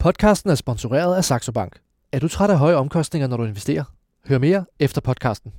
Podcasten er sponsoreret af Saxo Bank. Er du træt af høje omkostninger, når du investerer? Hør mere efter podcasten.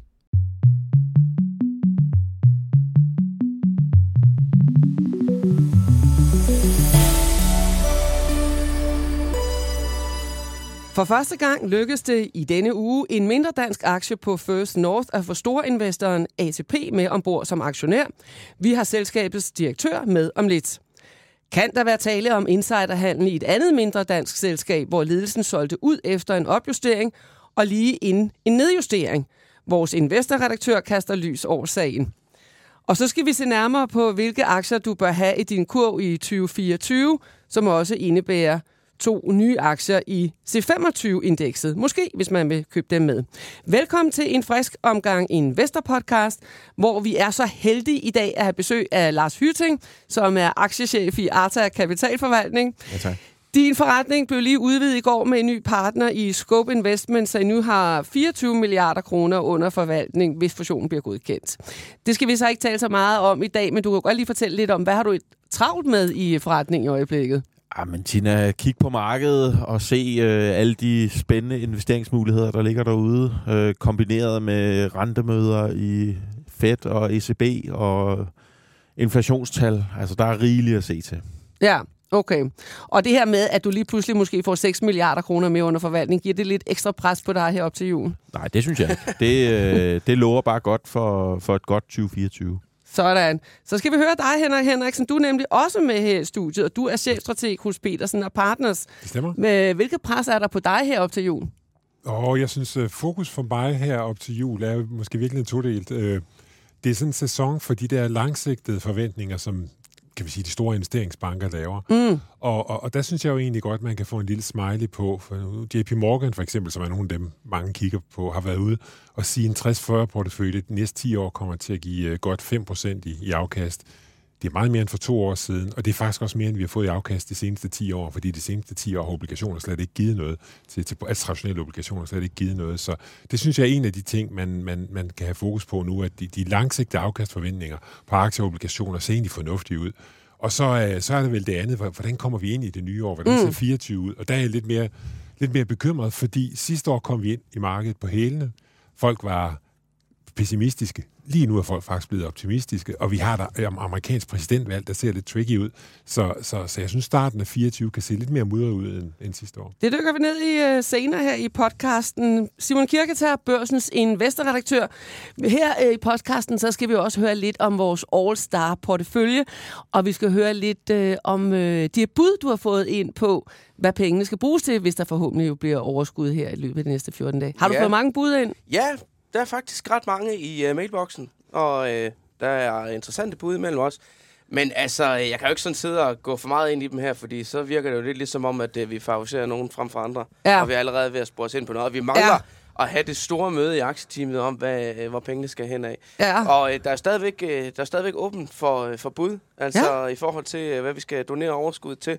For første gang lykkedes det i denne uge en mindre dansk aktie på First North at få storinvestoren ATP med ombord som aktionær. Vi har selskabets direktør med om lidt. Kan der være tale om insiderhandel i et andet mindre dansk selskab, hvor ledelsen solgte ud efter en opjustering og lige inden en nedjustering? Vores investorredaktør kaster lys over sagen. Og så skal vi se nærmere på, hvilke aktier du bør have i din kurv i 2024, som også indebærer 2 nye aktier i C25-indekset. Måske, hvis man vil købe dem med. Velkommen til en frisk omgang Investor-podcast, hvor vi er så heldige i dag at have besøg af Lars Hytting, som er aktiechef i Arta Kapitalforvaltning. Ja, tak. Din forretning blev lige udvidet i går med en ny partner i Scope Investment, så I nu har 24 milliarder kroner under forvaltning, hvis fusionen bliver godkendt. Det skal vi så ikke tale så meget om i dag, men du kan godt lige fortælle lidt om, hvad har du travlt med i forretningen i øjeblikket? Men Tina, kig på markedet og se alle de spændende investeringsmuligheder, der ligger derude, kombineret med rentemøder i Fed og ECB og inflationstal. Altså, der er rigeligt at se til. Ja. Okay. Og det her med, at du lige pludselig måske får 6 milliarder kroner mere under forvaltning, giver det lidt ekstra pres på dig her op til jul? Nej, det synes jeg ikke. Det lover bare godt for et godt 2024. Sådan. Så skal vi høre dig, Henrik Henriksen. Du er nemlig også med her i studiet, og du er chefstrateg hos Petersen & Partners. Det stemmer. Men hvilket pres er der på dig her op til jul? Jeg synes, fokus for mig her op til jul er måske virkelig todelt. Det er sådan en sæson for de der langsigtede forventninger, som kan vi sige, de store investeringsbanker laver. Og der synes jeg jo egentlig godt, man kan få en lille smiley på. For JP Morgan for eksempel, som er nogle af dem, mange kigger på, har været ude og sige, en 60-40 portefølje de næste 10 år kommer til at give godt 5% i afkast. Det er meget mere end for 2 år siden, og det er faktisk også mere, end vi har fået i afkast de seneste 10 år, fordi de seneste 10 år har obligationer slet ikke givet noget, til traditionelle obligationer slet ikke givet noget. Så det synes jeg er en af de ting, man kan have fokus på nu, at de langsigtede afkastforventninger på aktier og obligationer ser egentlig fornuftige ud. Og så er det vel det andet, hvordan kommer vi ind i det nye år? Hvordan ser 24 ud? Og der er jeg lidt mere bekymret, fordi sidste år kom vi ind i markedet på hælene. Folk var pessimistiske. Lige nu er folk faktisk blevet optimistiske, og vi har der amerikansk præsidentvalg, der ser lidt tricky ud. Så jeg synes, starten af 24 kan se lidt mere mudret ud end sidste år. Det dykker vi ned i senere her i podcasten. Simon Kirketerp, Børsens investorredaktør. Her i podcasten, så skal vi også høre lidt om vores All-Star-portefølje, og vi skal høre lidt om de bud, du har fået ind på, hvad pengene skal bruges til, hvis der forhåbentlig jo bliver overskud her i løbet af de næste 14 dage. Har du fået mange bud ind? Ja, der er faktisk ret mange i mailboksen, og der er interessante bud imellem os. Men altså, jeg kan jo ikke sådan sidde og gå for meget ind i dem her, fordi så virker det jo lidt ligesom om, at vi favoriserer nogen frem for andre. Ja. Og vi er allerede ved at spore os ind på noget. Og vi mangler at have det store møde i aktieteamet om, hvor pengene skal hen af. Ja. Og der er stadigvæk åbent for bud, altså i forhold til, hvad vi skal donere overskud til.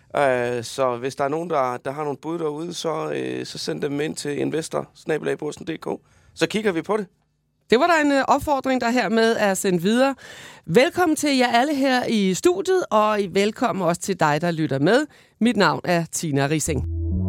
Så hvis der er nogen, der har nogle bud derude, så send dem ind til investor@børsen.dk. Så kigger vi på det. Det var der en opfordring, der hermed er sendt videre. Velkommen til jer alle her i studiet, og velkommen også til dig, der lytter med. Mit navn er Tina Rising.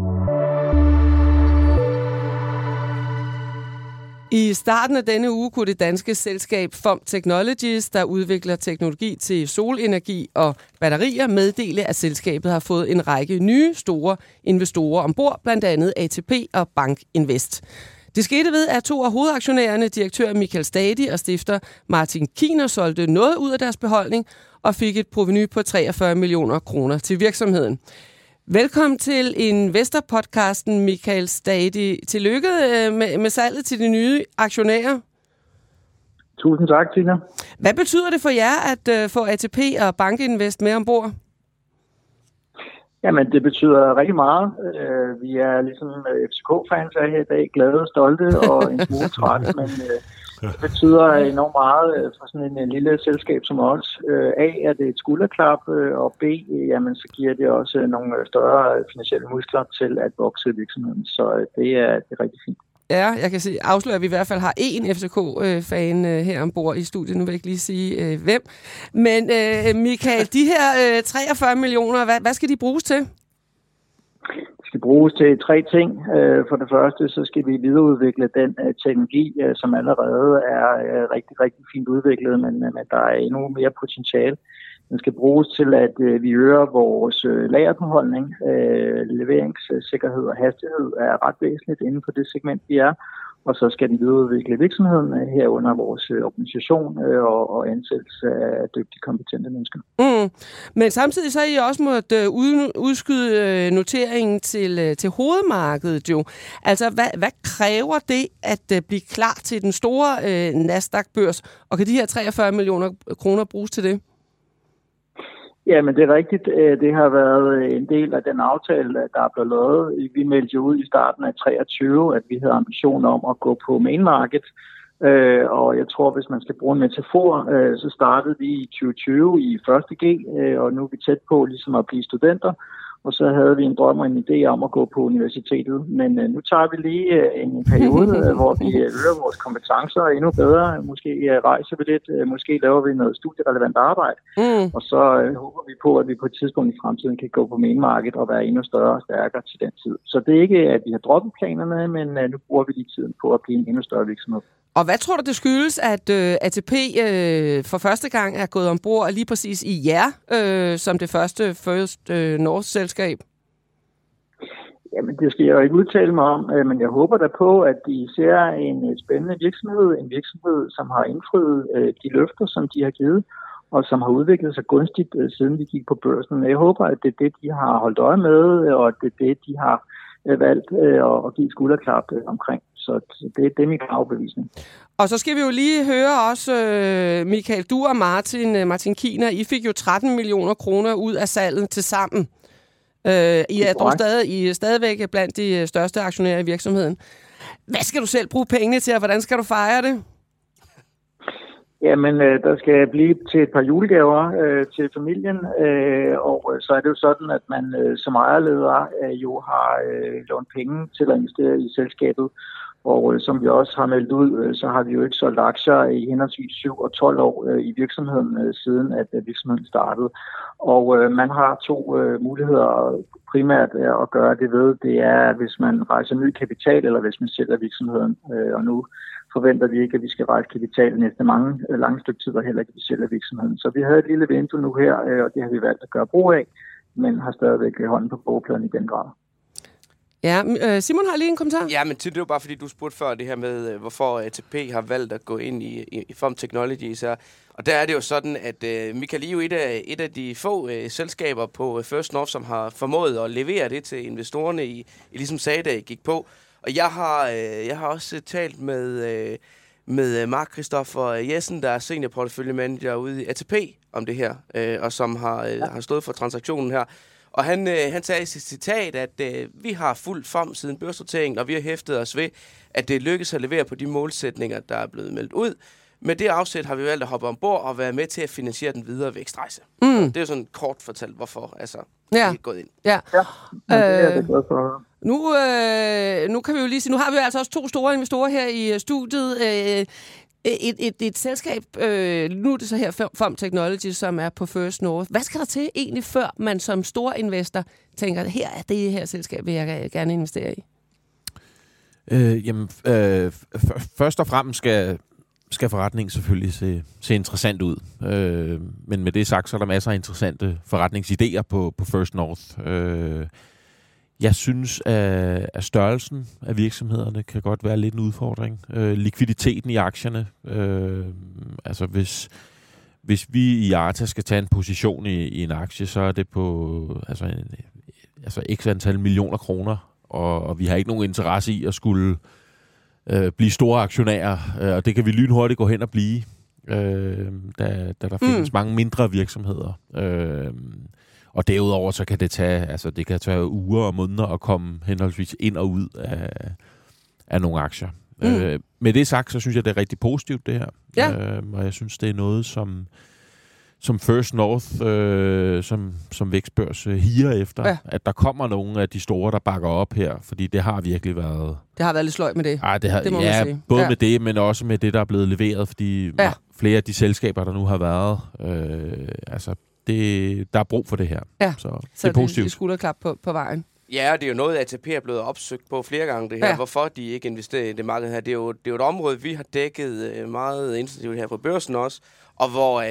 I starten af denne uge kunne det danske selskab FOM Technologies, der udvikler teknologi til solenergi og batterier, meddele, at selskabet har fået en række nye store investorer ombord, blandt andet ATP og Bank Invest. Det skete ved, at 2 af hovedaktionærerne, direktør Michael Stadi og stifter Martin Kiener, solgte noget ud af deres beholdning og fik et provenu på 43 millioner kroner til virksomheden. Velkommen til Investor-podcasten, Michael Stadi. Tillykke med salget til de nye aktionærer. Tusind tak, Tina. Hvad betyder det for jer at få ATP og Bank Invest med ombord? Jamen, det betyder rigtig meget. Vi er ligesom FCK-fans her i dag, glade og stolte og en smule trætte, men det betyder enormt meget for sådan en lille selskab som os. A, er det et skulderklap, og B, jamen, så giver det også nogle større finansielle muskler til at vokse virksomheden. Så det er rigtig fint. Ja, jeg kan afsløre, at vi i hvert fald har én FCK-fan her ombord i studiet. Nu vil jeg ikke lige sige hvem. Men Michael, de her 43 millioner, hvad skal de bruges til? skal bruges til 3 ting. For det første, så skal vi videreudvikle den teknologi, som allerede er rigtig, rigtig fint udviklet, men der er endnu mere potentiale. Den skal bruges til, at vi øger vores lagerbeholdning. Leveringssikkerhed og hastighed er ret væsentligt inden for det segment, vi er. Og så skal den videreudvikle virksomheden herunder vores organisation og ansættelse af dygtige, kompetente mennesker. Men samtidig så er I også måttet udskyde noteringen til hovedmarkedet jo. Altså, hvad kræver det at blive klar til den store Nasdaq-børs? Og kan de her 43 millioner kroner bruges til det? Ja, men det er rigtigt. Det har været en del af den aftale, der er blevet lavet. Vi meldte jo ud i starten af 2023, at vi havde ambition om at gå på main market. Og jeg tror, hvis man skal bruge en metafor, så startede vi i 2020 i 1.G, og nu er vi tæt på ligesom at blive studenter. Og så havde vi en drøm og en idé om at gå på universitetet. Men nu tager vi lige en periode, hvor vi øger vores kompetencer endnu bedre. Måske rejser vi lidt, måske laver vi noget studierelevant arbejde. Og så håber vi på, at vi på et tidspunkt i fremtiden kan gå på mainmarkedet og være endnu større og stærkere til den tid. Så det er ikke, at vi har droppet planerne, men nu bruger vi lige tiden på at blive en endnu større virksomhed. Og hvad tror du, det skyldes, at ATP for første gang er gået ombord lige præcis i jer, som det første First North-selskab? Jamen, det skal jeg jo ikke udtale mig om, men jeg håber da på, at de ser en spændende virksomhed, som har indfriet de løfter, som de har givet, og som har udviklet sig gunstigt, siden vi gik på børsen. Jeg håber, at det er det, de har holdt øje med, og at det er det, de har valgt at give skulderklap omkring. Så det er min afbevisning. Og så skal vi jo lige høre også, Michael, du og Martin Kiener, I fik jo 13 millioner kroner ud af salget til sammen. I er dog stadigvæk blandt de største aktionærer i virksomheden. Hvad skal du selv bruge pengene til, og hvordan skal du fejre det? Jamen, der skal blive til et par julegaver til familien, og så er det jo sådan, at man som ejerleder jo har lånt penge til at investere i selskabet, og som vi også har meldt ud, så har vi jo ikke solgt aktier i henholdsvis 7 og 12 år i virksomheden, siden at virksomheden startede. Og man har 2 muligheder primært at gøre det ved. Det er, hvis man rejser ny kapital, eller hvis man sælger virksomheden, og nu forventer vi ikke, at vi skal rejse kapital næste lange stykke tid, og heller ikke, at vi sælger virksomheden. Så vi havde et lille vindue nu her, og det har vi valgt at gøre brug af, men har stadigvæk hånden på bogpladen i den grad. Ja, Simon har lige en kommentar. Ja, men det er jo bare, fordi du spurgte før det her med, hvorfor ATP har valgt at gå ind i Form Technologies. Og der er det jo sådan, at Michael er jo et af de få selskaber på First North, som har formået at levere det til investorerne, I ligesom sagde, da I gik på. Og jeg har også talt med Mark Christoffer Jessen, der er senior porteføljemanager ude i ATP om det her, og som har stået for transaktionen her. Og han sagde i sit citat, at vi har fuld form siden børsnoteringen, og vi har hæftet os ved, at det lykkes at levere på de målsætninger, der er blevet meldt ud. Med det afsæt har vi valgt at hoppe ombord og være med til at finansiere den videre vækstrejse. Det er jo sådan kort fortalt, hvorfor vi er gået ind. Ja. Det er det glad for. Nu kan vi jo lige sige, nu har vi jo altså også 2 store investorer her i studiet. Et selskab, nu er det så her Form Technology, som er på First North. Hvad skal der til egentlig, før man som stor investor tænker, her er det her selskab, vil jeg gerne investere i? Først og fremmest skal forretningen selvfølgelig se interessant ud. Men med det sagt, så er der masser af interessante forretningsidéer på First North. Jeg synes, at størrelsen af virksomhederne kan godt være lidt en udfordring. Likviditeten i aktierne. Altså hvis vi i Arta skal tage en position i en aktie, så er det på x antal millioner kroner, og vi har ikke nogen interesse i at skulle blive store aktionærer, og det kan vi lynhurtigt gå hen og blive, da der findes mange mindre virksomheder. Og derudover så kan det tage uger og måneder at komme henholdsvis ind og ud af nogle aktier. Med det sagt, så synes jeg, det er rigtig positivt, det her. Ja. Og jeg synes, det er noget, som First North, som vækstbørs higer efter, at der kommer nogle af de store, der bakker op her, fordi det har virkelig været... Det har været lidt sløjt med det. Det må man sige. Både med det, men også med det, der er blevet leveret, fordi flere af de selskaber, der nu har været, der er brug for det her. Ja. Så det er positivt. Så det er skulderklap på vejen. Ja, det er jo noget, ATP er blevet opsøgt på flere gange, det her. Ja. Hvorfor de ikke investerer i det marked her. Det er jo et område, vi har dækket meget intensivt her på børsen også, og hvor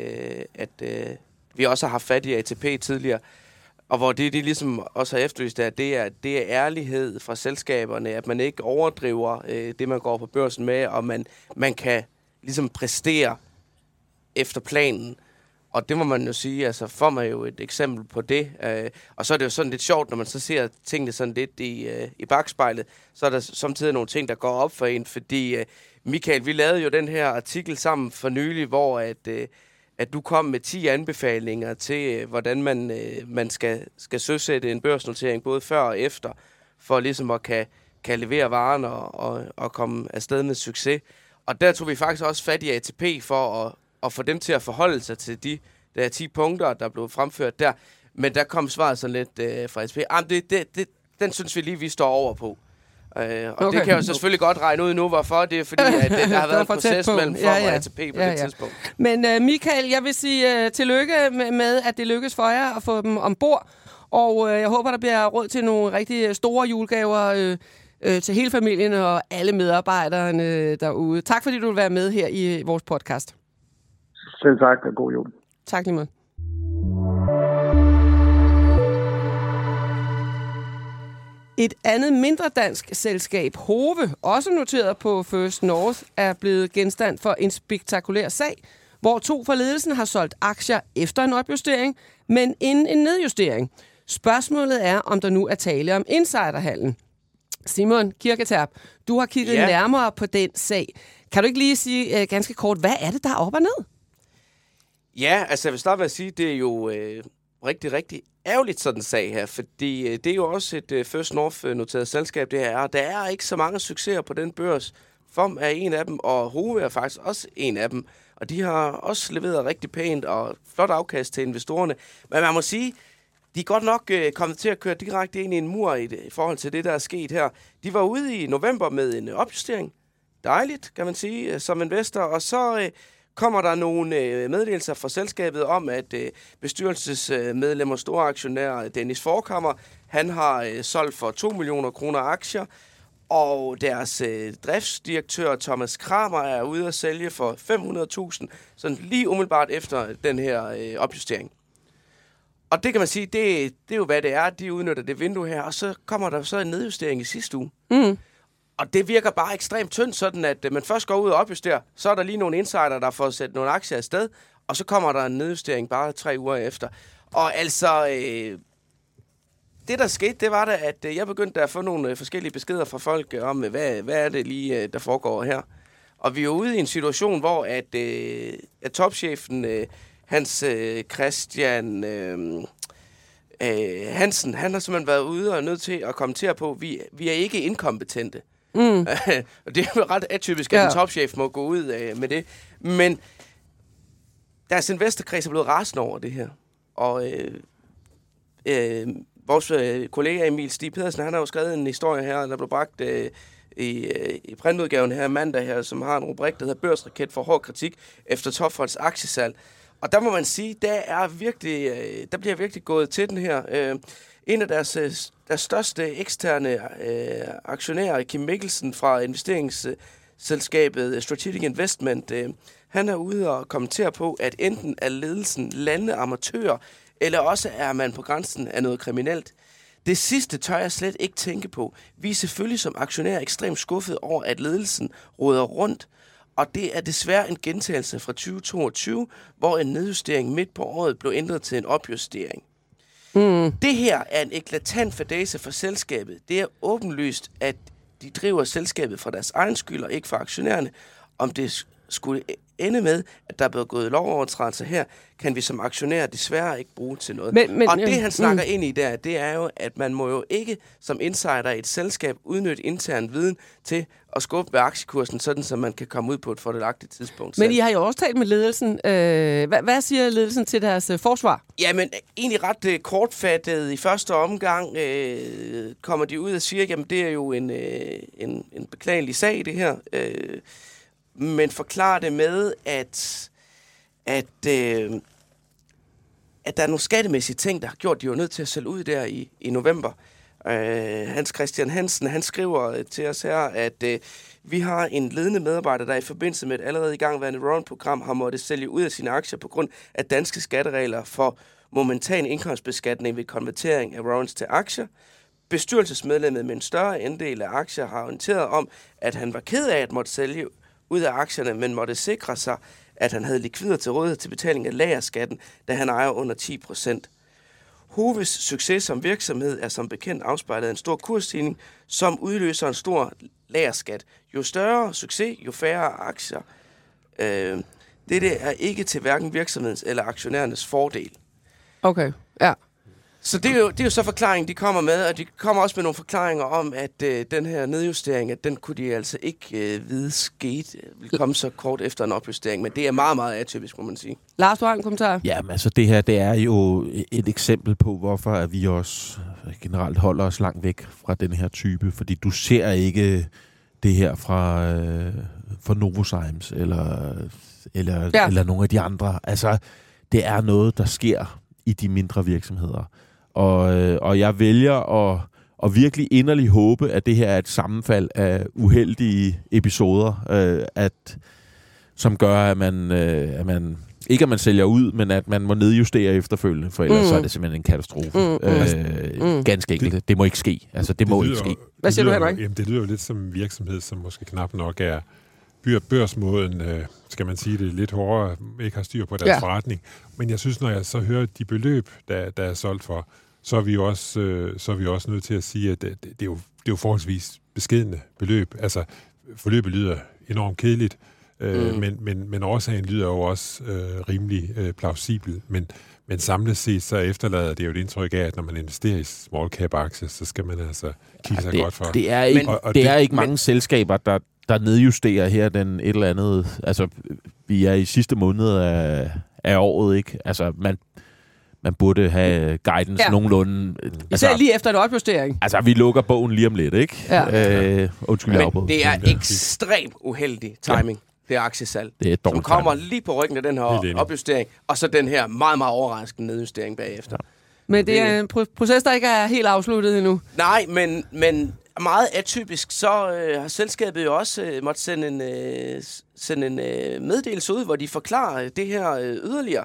vi også har haft fat i ATP tidligere, og hvor det de ligesom også har efterlyst, det er ærlighed fra selskaberne, at man ikke overdriver det, man går på børsen med, og man kan ligesom præstere efter planen. Og det må man jo sige, altså får man jo et eksempel på det. Og så er det jo sådan lidt sjovt, når man så ser tingene sådan lidt i bagspejlet, så er der samtidig nogle ting, der går op for en, fordi Michael, vi lavede jo den her artikel sammen for nylig, hvor at du kom med 10 anbefalinger til, hvordan man skal søsætte en børsnotering, både før og efter, for ligesom at kan levere varen og komme afsted med succes. Og der tog vi faktisk også fat i ATP for at få dem til at forholde sig til de der 10 punkter, der blev fremført der. Men der kom svaret sådan lidt fra ATP. Den synes vi lige, vi står over på. Og okay. Det kan jeg jo selvfølgelig godt regne ud nu, hvorfor. Det er fordi, at der har været en proces mellem FOM og ATP på det tidspunkt. Men Michael, jeg vil sige tillykke med, at det lykkes for jer at få dem ombord. Og jeg håber, der bliver råd til nogle rigtig store julegaver til hele familien og alle medarbejderne derude. Tak fordi du vil være med her i vores podcast. Selv tak, og god jul. Tak lige måde. Et andet mindre dansk selskab, Hove, også noteret på First North, er blevet genstand for en spektakulær sag, hvor 2 fra ledelsen har solgt aktier efter en opjustering, men inden en nedjustering. Spørgsmålet er, om der nu er tale om insiderhandel. Simon Kirketerp, du har kigget nærmere på den sag. Kan du ikke lige sige ganske kort, hvad er det, der er op og ned? Ja, altså jeg vil starte med at sige, det er jo rigtig, rigtig ærgerligt sådan en sag her, fordi det er jo også et First North-noteret selskab, det her er. Der er ikke så mange succeser på den børs. FOM er en af dem, og Hove er faktisk også en af dem. Og de har også leveret rigtig pænt og flot afkast til investorerne. Men man må sige, de er godt nok kommet til at køre direkte ind i en mur i forhold til det, der er sket her. De var ude i november med en opjustering. Dejligt, kan man sige, som investor. Og så kommer der nogle meddelelser fra selskabet om, at bestyrelsesmedlem og store aktionær Dennis Forkammer, han har solgt for 2 millioner kroner aktier, og deres driftsdirektør Thomas Kramer er ude at sælge for 500.000, sådan lige umiddelbart efter den her opjustering. Og det kan man sige, det er jo hvad det er, de udnytter det vindue her, og så kommer der så en nedjustering i sidste uge. Mm. Og det virker bare ekstremt tyndt, sådan at man først går ud og opjusterer, så er der lige nogle insider, der får sat nogle aktier afsted, og så kommer der en nedjustering bare 3 uger efter. Og altså, det der skete, det var da, at jeg begyndte at få nogle forskellige beskeder fra folk om, hvad er det lige, der foregår her. Og vi er ude i en situation, hvor at topchefen, Hans Christian Hansen, han har simpelthen været ude og nødt til at kommentere på, at vi er ikke inkompetente. Mm. Det er jo ret atypisk, at en topchef må gå ud med det. Men deres investorkreds er blevet rasende over det her. Og vores kollega Emil Stig Pedersen, han har jo skrevet en historie her, der blev bragt i printudgaven her mandag her, som har en rubrik, der hedder Børsraket for hård kritik efter Topfonds aktiesalg. Og der må man sige, der bliver virkelig gået til den her. En af deres største eksterne aktionærer, Kim Mikkelsen fra investeringsselskabet Strategic Investment, han er ude og kommentere på, at enten er ledelsen lande amatører, eller også er man på grænsen af noget kriminelt. Det sidste tør jeg slet ikke tænke på. Vi er selvfølgelig som aktionærer ekstremt skuffet over, at ledelsen råder rundt, og det er desværre en gentagelse fra 2022, hvor en nedjustering midt på året blev ændret til en opjustering. Mm. Det her er en eklatant fadæse for selskabet. Det er åbenlyst, at de driver selskabet for deres egen skyld og ikke for aktionærerne. Om det skulle ende med, at der er blevet gået lovovertrædelser her, kan vi som aktionærer desværre ikke bruge til noget. Og det, han snakker ind i der, det er jo, at man må jo ikke som insider i et selskab udnytte intern viden til at skubbe ved aktiekursen, sådan så man kan komme ud på et fordelagtigt tidspunkt. Men I har jo også talt med ledelsen. Hvad siger ledelsen til deres forsvar? Jamen, egentlig ret kortfattet. I første omgang kommer de ud og siger, jamen det er jo en beklagelig sag, det her. Men forklarer det med, at der er nogle skattemæssige ting, der har gjort, de var nødt til at sælge ud der i november. Hans Christian Hansen, han skriver til os her, at vi har en ledende medarbejder, der i forbindelse med et allerede igangværende Rowan-program har måttet sælge ud af sine aktier på grund af danske skatteregler for momentan indkomstbeskatning ved konvertering af Rowans til aktier. Bestyrelsesmedlemmet med en større andel af aktier har orienteret om, at han var ked af at måtte sælge ud af aktierne, men måtte sikre sig, at han havde likvider til rådighed til betaling af lagerskatten, da han ejer under 10%. Hoves succes som virksomhed er som bekendt afspejlet af en stor kursstigning, som udløser en stor lagerskat. Jo større succes, jo færre aktier. Dette er ikke til hverken virksomhedens eller aktionærernes fordel. Okay, ja. Så det er jo så forklaringen, de kommer med, og de kommer også med nogle forklaringer om, at den her nedjustering, at den kunne de altså ikke vide skete, vil komme så kort efter en opjustering, men det er meget, meget atypisk, må man sige. Lars, du har en kommentar? Jamen, altså det her, det er jo et eksempel på, hvorfor at vi også generelt holder os langt væk fra den her type, fordi du ser ikke det her fra Novozymes eller nogle af de andre. Altså, det er noget, der sker i de mindre virksomheder. Og jeg vælger at virkelig inderligt håbe, at det her er et sammenfald af uheldige episoder, som gør, at man ikke at man sælger ud, men at man må nedjustere efterfølgende, for ellers så er det simpelthen en katastrofe. Ganske enkelt. Det må ikke ske. Altså, det må ikke ske. Hvad siger du, Henrik? Jamen, det lyder jo lidt som en virksomhed, som måske knap nok er børsmåden, skal man sige det, lidt hårdere, ikke har styr på deres forretning. Men jeg synes, når jeg så hører de beløb, der er solgt for, så er vi også nødt til at sige, at det er jo forholdsvis beskedne beløb. Altså, forløbet lyder enormt kedeligt, men årsagen lyder jo også rimelig plausibel. Men samlet set, så efterlader det jo et indtryk af, at når man investerer i small cap aktier, så skal man altså kigge sig godt for. Det er ikke, det er ikke mange selskaber, der nedjusterer her den et eller andet. Altså, vi er i sidste måned af året, ikke? Altså, man burde have guidance nogenlunde. Især lige efter en opjustering. Altså, vi lukker bogen lige om lidt, ikke? Ja. Undskyld, jeg afbrød. Men det er ekstremt uheldig timing. Det er aktiesalg, som kommer lige på ryggen af den her opjustering, og så den her meget, meget overraskende nedjustering bagefter. Ja. Men det er en proces, der ikke er helt afsluttet endnu. Nej, men meget atypisk, så har selskabet jo også måtte sende en meddelelse ud, hvor de forklarer det her yderligere.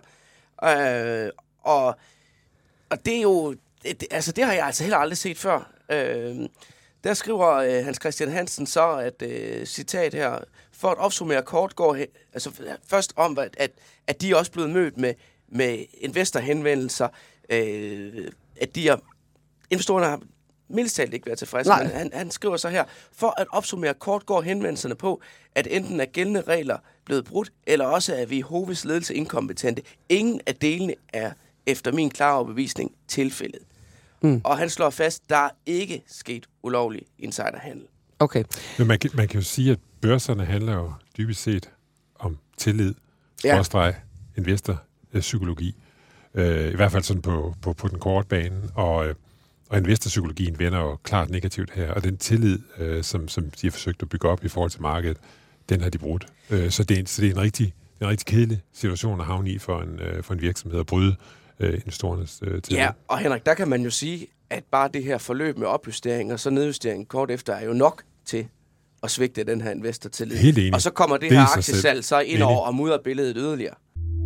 Og det er jo... det har jeg altså heller aldrig set før. Der skriver Hans Christian Hansen så, at citat her, for at opsummere kort går først om, at de er også blevet mødt med investorhenvendelser, at investorerne har mildest talt ikke været tilfredse. Men han skriver så her, for at opsummere kort går henvendelserne på, at enten er gældende regler blevet brudt, eller også er vi i Hoves ledelse inkompetente. Ingen af delene er efter min klare overbevisning tilfældet. Og han slår fast, der er ikke sket ulovlig insiderhandel. Okay. Men man kan jo sige, at børserne handler jo dybest set om tillid, investorpsykologi. I hvert fald sådan på den korte bane. Og investorpsykologien vender jo klart negativt her. Og den tillid, som de har forsøgt at bygge op i forhold til markedet, den har de brudt. Så det er en rigtig kedelig situation at havne i for en virksomhed at bryde investorernes tillid. Ja, og Henrik, der kan man jo sige, at bare det her forløb med opjustering og så nedjustering kort efter er jo nok til at svigte den her investortillid. Helt enig. Og så kommer det her aktiesalg så ind over og mudrer billedet yderligere.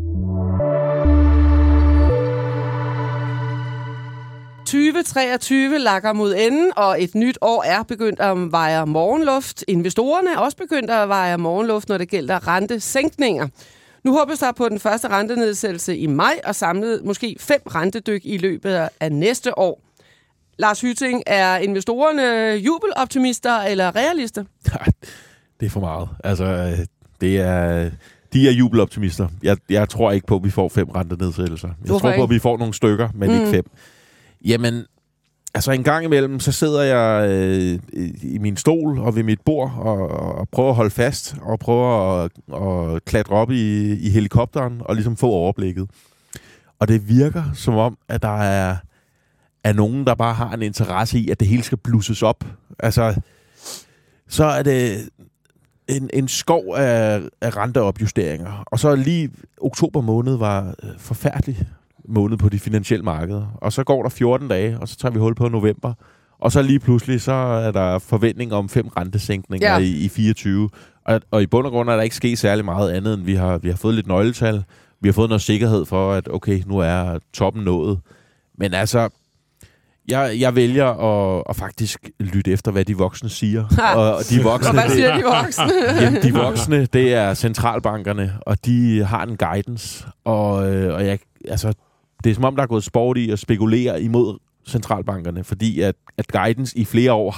– 2023 lakker mod enden, og et nyt år er begyndt at veje morgenluft. Investorerne er også begyndt at veje morgenluft, når det gælder rentesænkninger. Nu håbes der på den første rentenedsættelse i maj, og samlet måske 5 rentedyk i løbet af næste år. Lars Hytting, er investorerne jubeloptimister eller realister? Det er for meget. Altså, de er jubeloptimister. Jeg tror ikke på, at vi får 5 rentenedsættelser. Jeg tror på, at vi får nogle stykker, men ikke 5. Jamen, altså en gang imellem, så sidder jeg i min stol og ved mit bord og prøver at holde fast og prøver at klatre op i helikopteren og ligesom få overblikket. Og det virker som om, at der er nogen, der bare har en interesse i, at det hele skal blusses op. Altså, så er det en skov af renteopjusteringer. Og så lige oktober måned var forfærdelig måned på de finansielle markeder. Og så går der 14 dage, og så tager vi hul på november. Og så lige pludselig, så er der forventning om 5 rentesænkninger i 24. Og i bund og grund er der ikke sket særlig meget andet, end vi har fået lidt nøgletal. Vi har fået noget sikkerhed for, at okay, nu er toppen nået. Men altså, jeg vælger at faktisk lytte efter, hvad de voksne siger. Og de voksne, og hvad siger de voksne? Jamen, de voksne, det er centralbankerne, og de har en guidance. Og det er som om, der er gået sport i at spekulere imod centralbankerne, fordi at guidance i flere år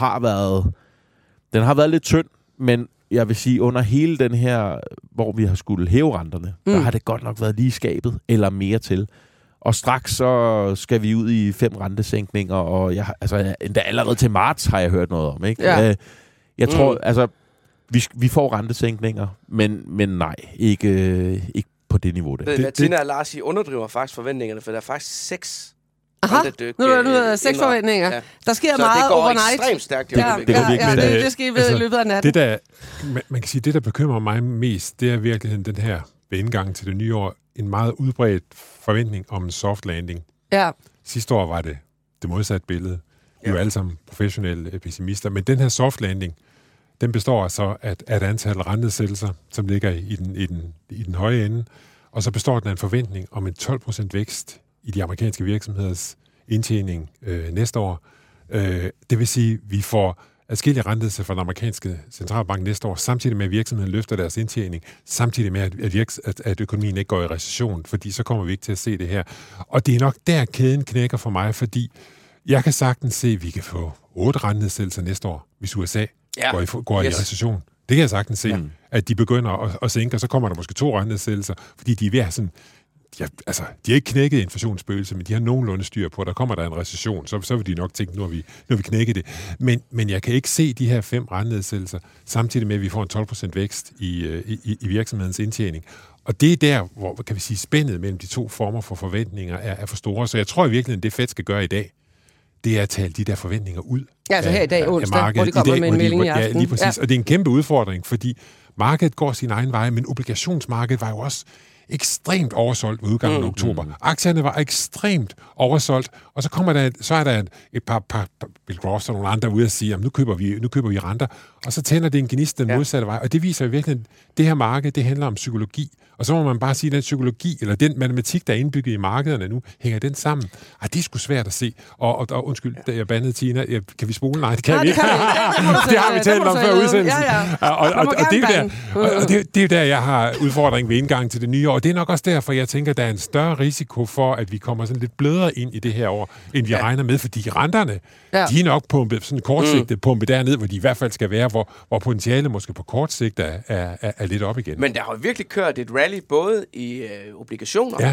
har været lidt tynd, men jeg vil sige, under hele den her, hvor vi har skulle hæve renterne, der har det godt nok været lige skabet, eller mere til. Og straks så skal vi ud i 5 rentesænkninger, og endda allerede til marts har jeg hørt noget om, ikke? Ja. Jeg tror, vi får rentesænkninger, men nej, ikke på det niveau. Tina og Lars, I underdriver faktisk forventningerne, for der er faktisk 6 nu er 6 forventninger. Ja. Der sker så meget overnight. Så det går ekstremt stærkt. Det sker i løbet af natten. Man kan sige, det der bekymrer mig mest, det er i virkeligheden den her ved indgangen til det nye år, en meget udbredt forventning om en soft landing. Ja. Sidste år var det modsatte billede. Vi er jo alle sammen professionelle pessimister, men den her soft landing, den består så af et antal rentenedsættelser, som ligger i den høje ende, og så består den af en forventning om en 12% vækst i de amerikanske virksomheders indtjening næste år. Det vil sige, at vi får adskillige rentenedsættelser fra den amerikanske centralbank næste år, samtidig med, at virksomheden løfter deres indtjening, samtidig med, at økonomien ikke går i recession, fordi så kommer vi ikke til at se det her. Og det er nok der, kæden knækker for mig, fordi jeg kan sagtens se, at vi kan få 8 rentenedsættelser næste år, hvis USA går i recession. Det kan jeg sagtens se, at de begynder at sænke, og så kommer der måske 2 rentenedsættelser, fordi de er ved at have sådan... de har ikke knækket inflationsspøgelser, men de har nogenlunde styr på, at der kommer der en recession, så vil de nok tænke, nu har vi knækket det. Men jeg kan ikke se de her 5 rentenedsættelser, samtidig med, at vi får en 12% vækst i virksomhedens indtjening. Og det er der, hvor kan vi sige, spændet mellem de 2 former for forventninger er for store. Så jeg tror i virkeligheden, det Fed skal gøre i dag, det er at tale de der forventninger ud. Ja, altså her i dag onsdag, hvor de kommer med en melding i aften. Ja, lige præcis. Ja. Og det er en kæmpe udfordring, fordi markedet går sin egen vej, men obligationsmarkedet var jo også ekstremt oversolgt ved udgangen af oktober. Aktierne var ekstremt oversolgt, og så er der et par Bill Gross og nogle andre ude at sige, at nu køber vi renter, og så tænder det en gnist den modsatte vej, og det viser jo virkelig, at det her marked, det handler om psykologi, og så må man bare sige, at den psykologi, eller den matematik, der er indbygget i markederne nu, hænger den sammen. Det er sgu svært at se. Og undskyld, da jeg bandede Tina, kan vi spole? Nej, det kan vi ikke. Det har vi talt om før udsendelsen. Og det er jo der, jeg har udfordring ved indgangen til det nye år, og det er nok også derfor, jeg tænker, at der er en større risiko for, at vi kommer sådan lidt blødere ind i det her år, end vi regner med, fordi renterne, de er nok pumpet, sådan kortsigtet pumpet derned, hvor de i hvert fald skal være, hvor potentialet måske på kort sigt er lidt op igen. Men der har jo virkelig kørt et rally, både i obligationer,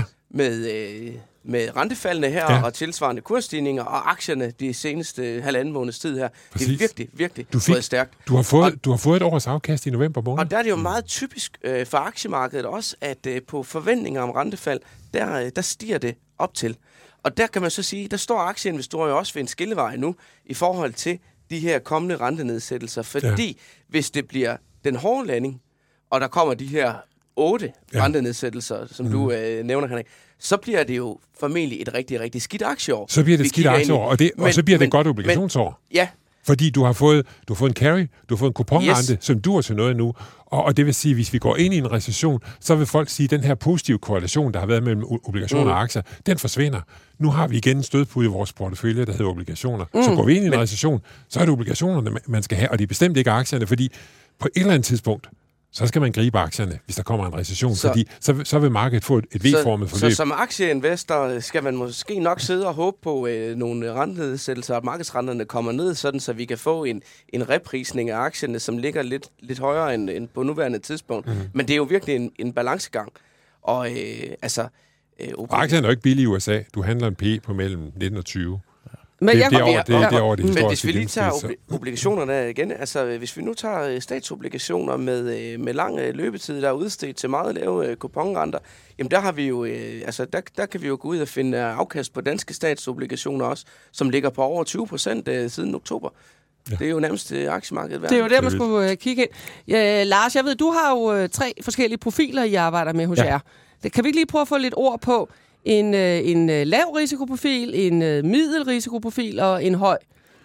med rentefaldene her, og tilsvarende kursstigninger, og aktierne de seneste 1,5 måneds tid her. Præcis. Det er virkelig gået stærkt. Du har fået et års afkast i november måned. Og der er det jo meget typisk for aktiemarkedet også, at på forventninger om rentefald, der stiger det op til. Og der kan man så sige, der står aktieinvestorer jo også ved en skillevej nu, i forhold til de her kommende rentenedsættelser. Fordi hvis det bliver den hårde landing, og der kommer de her 8 rentenedsættelser, som du nævner, Henrik, så bliver det jo formentlig et rigtig, rigtig skidt aktieår. Så bliver det et skidt aktieår, og så bliver det et godt obligationsår. Ja. Fordi du har fået en carry, du har fået en kuponrente, som dur til noget nu. Og det vil sige, at hvis vi går ind i en recession, så vil folk sige, at den her positive korrelation, der har været mellem obligationer og aktier, den forsvinder. Nu har vi igen en stødpude i vores portefølje, der hedder obligationer. Så går vi ind i en recession, så er det obligationerne, man skal have, og det er bestemt ikke aktierne, fordi på et eller andet tidspunkt, så skal man gribe aktierne, hvis der kommer en recession, fordi så vil markedet få et V-formet forløb. Så som aktieinvestor skal man måske nok sidde og håbe på nogle rentenedsættelser, at markedsrenterne kommer ned, sådan så vi kan få en reprisning af aktierne, som ligger lidt højere end på nuværende tidspunkt. Men det er jo virkelig en balancegang. Og aktierne er jo ikke billige i USA. Du handler en P på mellem 19 og 20. Men hvis vi lige tager obligationerne igen, altså hvis vi nu tager statsobligationer med lang løbetid, der er udstedt til meget lave kuponrenter, jamen der har vi jo, der kan vi jo gå ud og finde afkast på danske statsobligationer også, som ligger på over 20% siden oktober. Ja. Det er jo nærmest aktiemarkedet værd. Det er jo der, man skulle kigge ind. Ja, Lars, jeg ved, du har jo 3 forskellige profiler, I arbejder med hos jer. Kan vi ikke lige prøve at få lidt ord på en lav risikoprofil, en middelrisikoprofil og en høj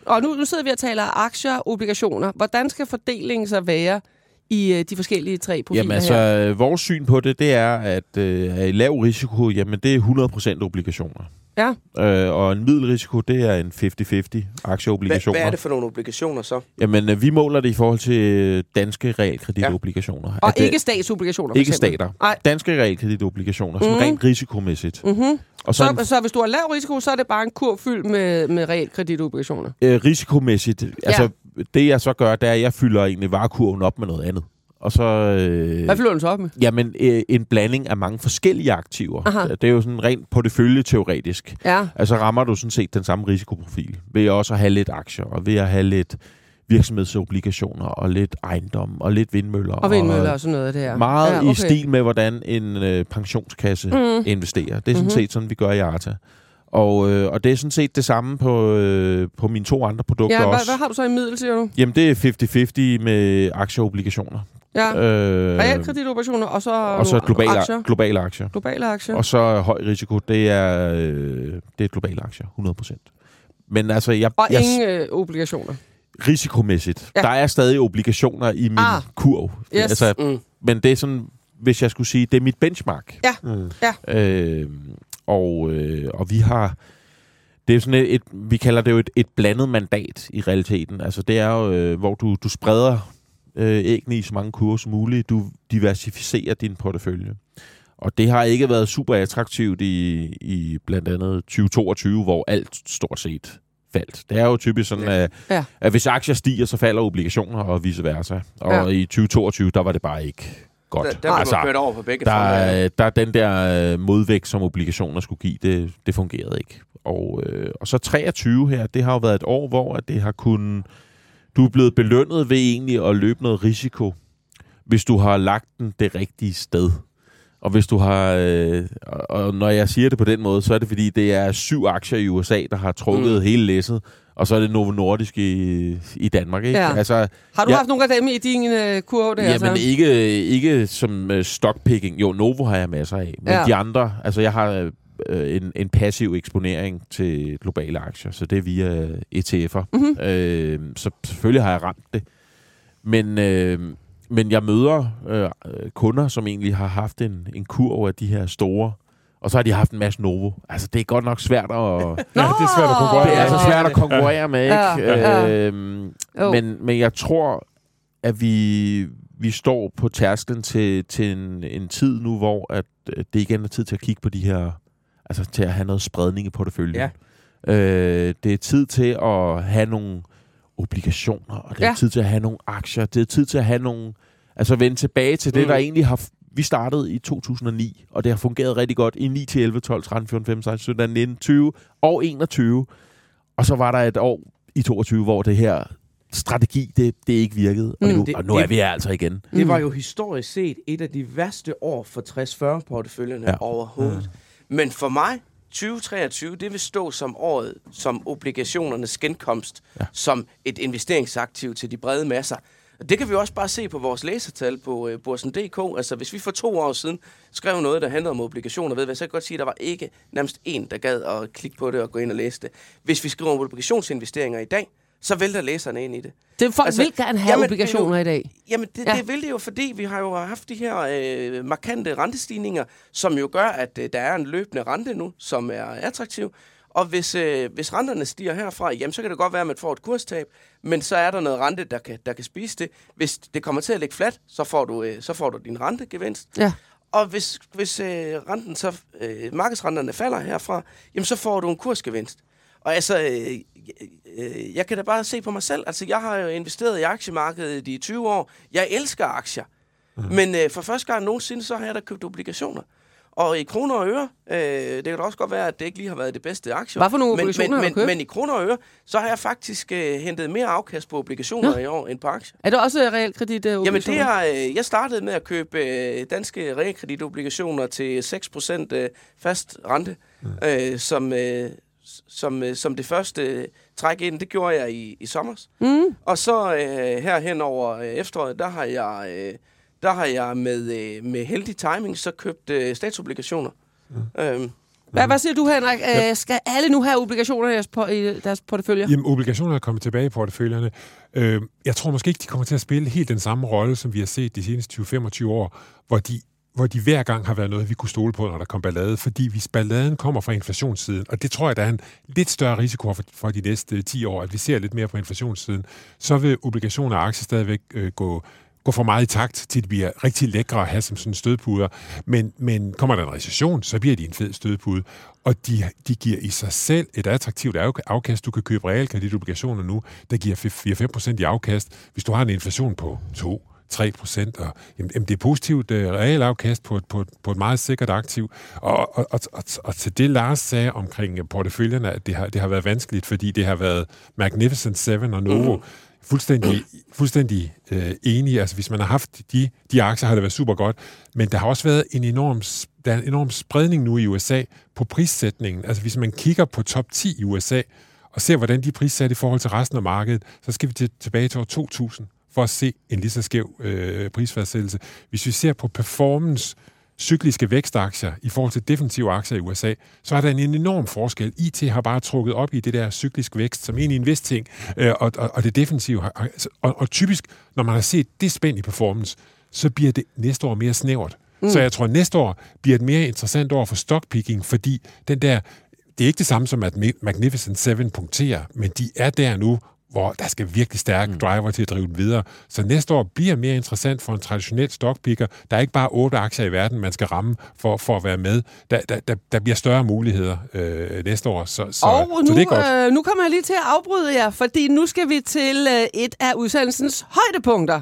Og nu sidder vi og taler aktier, obligationer. Hvordan skal fordelingen så være i de forskellige 3 profiler jamen altså, her? vores syn på det, det er, at i lav risiko, jamen det er 100% obligationer. Ja. Og en middelrisiko, det er en 50-50 aktieobligationer. Hvad er det for nogle obligationer så? Jamen, vi måler det i forhold til danske realkreditobligationer. Ja. Og ikke statsobligationer, for ikke eksempel. stater. Nej. Danske realkreditobligationer, sådan rent risikomæssigt. Mm-hmm. Og Så hvis du har lav risiko, så er det bare en kurv fyldt med realkreditobligationer? Risikomæssigt, altså det jeg så gør, det er, at jeg fylder egentlig varekurven op med noget andet. Og så, hvad fylder du så op med? Jamen, en blanding af mange forskellige aktiver. Aha. Det er jo sådan rent portefølje-teoretisk. Ja. Altså rammer du sådan set den samme risikoprofil ved også at have lidt aktier, og ved at have lidt virksomhedsobligationer, og lidt ejendom, og lidt vindmøller. Og vindmøller og sådan noget af det her. Meget i stil med, hvordan en pensionskasse investerer. Det er sådan set sådan, vi gør i Arta. Og det er sådan set det samme på mine 2 andre produkter også. Hvad har du så i middel, siger du? Jamen, det er 50-50 med aktieobligationer. Ja, realkreditobligationer, og så globale aktier. Globale aktier. Og så høj risiko, det er globale aktier, 100%. Men altså, ingen obligationer? Risikomæssigt. Ja. Der er stadig obligationer i min kurv. Yes. Altså, men det er sådan, hvis jeg skulle sige, det er mit benchmark. Ja. Og vi har... Det er sådan vi kalder det jo et blandet mandat i realiteten. Altså det er jo, hvor du spreder æggene i så mange kurver som muligt. Du diversificerer din portefølje. Og det har ikke været super attraktivt i blandt andet 2022, hvor alt stort set faldt. Det er jo typisk sådan, at hvis aktier stiger, så falder obligationer og vice versa. Og i 2022, der var det bare ikke godt. Der blev man kørt over på begge fronter. Der den der modvægt, som obligationer skulle give, det fungerede ikke. Og så 23 her, det har jo været et år, hvor det har kunnet... Du er blevet belønnet ved egentlig at løbe noget risiko, hvis du har lagt den det rigtige sted. Og hvis du har... og når jeg siger det på den måde, så er det fordi, det er 7 aktier i USA, der har trukket hele læsset, og så er det Novo Nordisk i Danmark, ikke? Ja. Altså, har du haft nogle af dem i din kurve der? Jamen ikke som stockpicking. Jo, Novo har jeg masser af. Men de andre... Altså, jeg har en passiv eksponering til globale aktier, så det er via ETF'er. Mm-hmm. Så selvfølgelig har jeg ramt det. Men jeg møder kunder, som egentlig har haft en kurv af de her store, og så har de haft en masse Novo. Altså, det er godt nok svært at... det er svært at konkurrere. Det er altså svært at konkurrere med, ikke? Men jeg tror, at vi står på tærsklen til en tid nu, hvor at det igen er tid til at kigge på de her... Altså til at have noget spredning i porteføljen. Ja. Det er tid til at have nogle obligationer, og det er tid til at have nogle aktier. Det er tid til at have nogle... Altså vende tilbage til det, der egentlig har... Vi startede i 2009, og det har fungeret rigtig godt i 9 til 11, 12, 13, 14, 15, 16, 17, 19, 20 og 21. Og så var der et år i 22, hvor det her strategi, det ikke virkede. Og nu er vi altså igen. Det var jo historisk set et af de værste år for 60-40-porteføljerne overhovedet. Men for mig, 2023, det vil stå som året som obligationernes genkomst, som et investeringsaktiv til de brede masser. Og det kan vi også bare se på vores læsertal på Børsen.dk. Altså, hvis vi for 2 år siden skrev noget, der handlede om obligationer, så kan jeg godt sige, at der var ikke nærmest en, der gad at klikke på det og gå ind og læse det. Hvis vi skriver om obligationsinvesteringer i dag, så vælter læserne ind i det. Folk vil gerne have obligationer i dag. Jamen, det vil det jo, fordi vi har jo haft de her markante rentestigninger, som jo gør, at der er en løbende rente nu, som er attraktiv. Og hvis renterne stiger herfra, jamen, så kan det godt være, at man får et kurstab, men så er der noget rente, der kan spise det. Hvis det kommer til at ligge fladt, så får du din rentegevinst. Ja. Og hvis renten så, markedsrenterne falder herfra, jamen, så får du en kursgevinst. Og altså, jeg kan da bare se på mig selv. Altså, jeg har jo investeret i aktiemarkedet i 20 år. Jeg elsker aktier. Men for første gang nogensinde, så har jeg da købt obligationer. Og i kroner og øre, det kan da også godt være, at det ikke lige har været det bedste aktier. Hvad for nogle obligationer har du købt? Men i kroner og øre, så har jeg faktisk hentet mere afkast på obligationer i år end på aktier. Er det også realkreditobligationer? Jamen, jeg startede med at købe danske realkreditobligationer til 6% fast rente, som det første træk ind. Det gjorde jeg i sommer. Og så her hen over efteråret, der har jeg med heldig timing så købt statsobligationer. Hvad siger du, Henrik? Skal alle nu have obligationer i deres porteføljer? Jamen, obligationer er kommet tilbage i porteføljerne. Jeg tror måske ikke, de kommer til at spille helt den samme rolle, som vi har set de seneste 20-25 år, hvor de hver gang har været noget, vi kunne stole på, når der kom ballade. Fordi hvis balladen kommer fra inflationssiden, og det tror jeg, der er en lidt større risiko for de næste 10 år, at vi ser lidt mere på inflationssiden, så vil obligationer og aktier stadigvæk gå for meget i takt, til det bliver rigtig lækre at have som sådan stødpuder. Men kommer der en recession, så bliver de en fed stødpude. Og de giver i sig selv et attraktivt afkast. Du kan købe realkreditobligationer nu, der giver 4-5% i afkast. Hvis du har en inflation på 2-3%, og jamen, det er positivt realafkast på et meget sikkert aktiv. Og til det, Lars sagde omkring porteføljerne, at det har været vanskeligt, fordi det har været Magnificent Seven og Novo, fuldstændig enige. Altså, hvis man har haft de aktier, har det været super godt. Men der har også været en enorm spredning nu i USA på prissætningen. Altså, hvis man kigger på top 10 i USA, og ser, hvordan de er prissat i forhold til resten af markedet, så skal vi tilbage til år 2000 for at se en lige så skæv prisfastsættelse. Hvis vi ser på performance cykliske vækstaktier i forhold til defensive aktier i USA, så er der en enorm forskel. IT har bare trukket op i det der cyklisk vækst, som egentlig en vis ting, og det defensive. Og typisk, når man har set det spænd i performance, så bliver det næste år mere snævert. Så jeg tror, at næste år bliver et mere interessant år for stockpicking, fordi det er ikke det samme som, at Magnificent Seven punkterer, men de er der nu, hvor der skal virkelig stærke driver til at drive den videre. Så næste år bliver mere interessant for en traditionel stockpicker. Der er ikke bare 8 aktier i verden, man skal ramme for at være med. Der bliver større muligheder næste år, så det er godt. Nu kommer jeg lige til at afbryde jer, fordi nu skal vi til et af udsendelsens højdepunkter.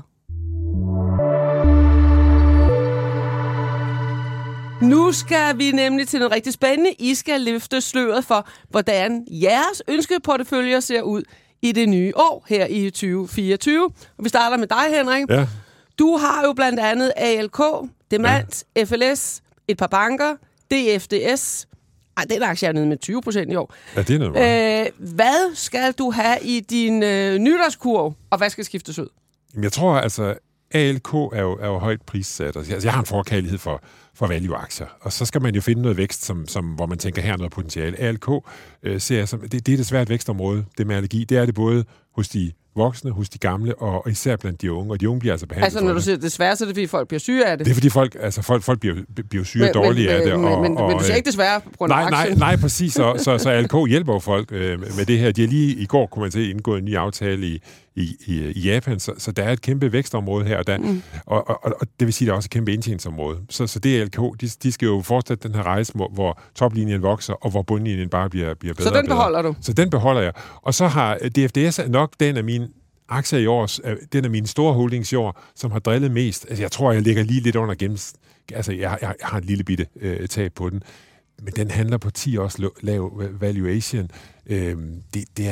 Nu skal vi nemlig til noget rigtig spændende. I skal løfte sløret for, hvordan jeres ønskeporteføljer ser ud i det nye år her i 2024. Og vi starter med dig, Henrik. Ja. Du har jo blandt andet ALK, Demant, FLS, et par banker, DFDS. Den aktie er nede med 20% i år. Ja, det er noget hvad skal du have i din nytårskurv, og hvad skal skiftes ud? Jeg tror altså, ALK er jo højt prissat. Altså, jeg har en forkærlighed for value-aktier. Og så skal man jo finde noget vækst, hvor man tænker, her er noget potentiale. ALK ser jeg som, det er desværre et vækstområde, det med allergi. Det er det både hos de voksne, hos de gamle, og især blandt de unge. Og de unge bliver altså behandlet. Altså, når du siger desværre, så er det fordi folk bliver syge af det? Det er fordi folk bliver syge dårlige af det. Men du siger ikke desværre på grund af aktien? Nej, præcis. Så ALK hjælper jo folk med det her. De har lige i går, kunne man se, indgået en ny aftale i Japan, så der er et kæmpe vækstområde her, og det vil sige, at der er også et kæmpe indtjeningsområde. Så det er ALK, de skal jo fortsætte den her rejse, hvor toplinjen vokser, og hvor bundlinjen bare bliver bedre. Så den beholder du? Så den beholder jeg. Og så har DFDS nok den af mine aktier i år, den af mine store holdings i år, som har drillet mest. Altså, jeg tror, jeg ligger lige lidt under gennems. Altså, jeg har en lille bitte tab på den. Men den handler på 10 års lav valuation. Det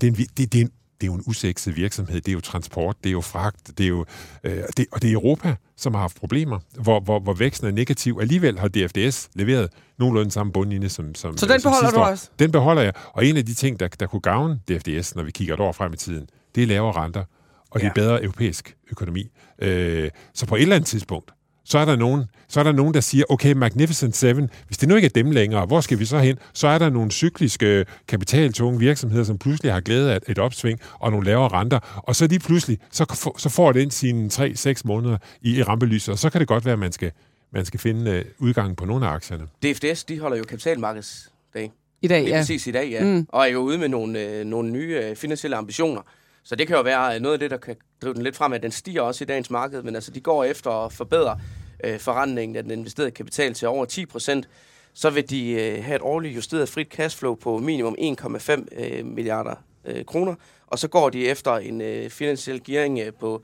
er jo en usekset virksomhed, det er jo transport, det er jo fragt, det er jo, og det er Europa, som har haft problemer, hvor væksten er negativ. Alligevel har DFDS leveret nogenlunde samme bundlinje som så den beholder du også? Den beholder jeg, og en af de ting, der kunne gavne DFDS, når vi kigger et år frem i tiden, det er lavere renter, og det er bedre europæisk økonomi. Så på et eller andet tidspunkt, så er der nogen, der siger, okay, Magnificent Seven, hvis det nu ikke er dem længere, hvor skal vi så hen? Så er der nogle cykliske, kapitaltunge virksomheder, som pludselig har glæde af et opsving og nogle lavere renter, og så lige pludselig, så får det ind sine 3-6 måneder i rampelyset, og så kan det godt være, at man skal finde udgangen på nogle af aktierne. DFDS, de holder jo kapitalmarkedsdag. I dag, ja. Præcis i dag, ja. Og er jo ude med nogle nye finansielle ambitioner. Så det kan jo være noget af det, der kan drive den lidt frem, at den stiger også i dagens marked, men altså de går efter at forbedre forrentningen af den investerede kapital til over 10%, så vil de have et årligt justeret frit cashflow på minimum 1,5 milliarder kroner, og så går de efter en finansiel gearing på,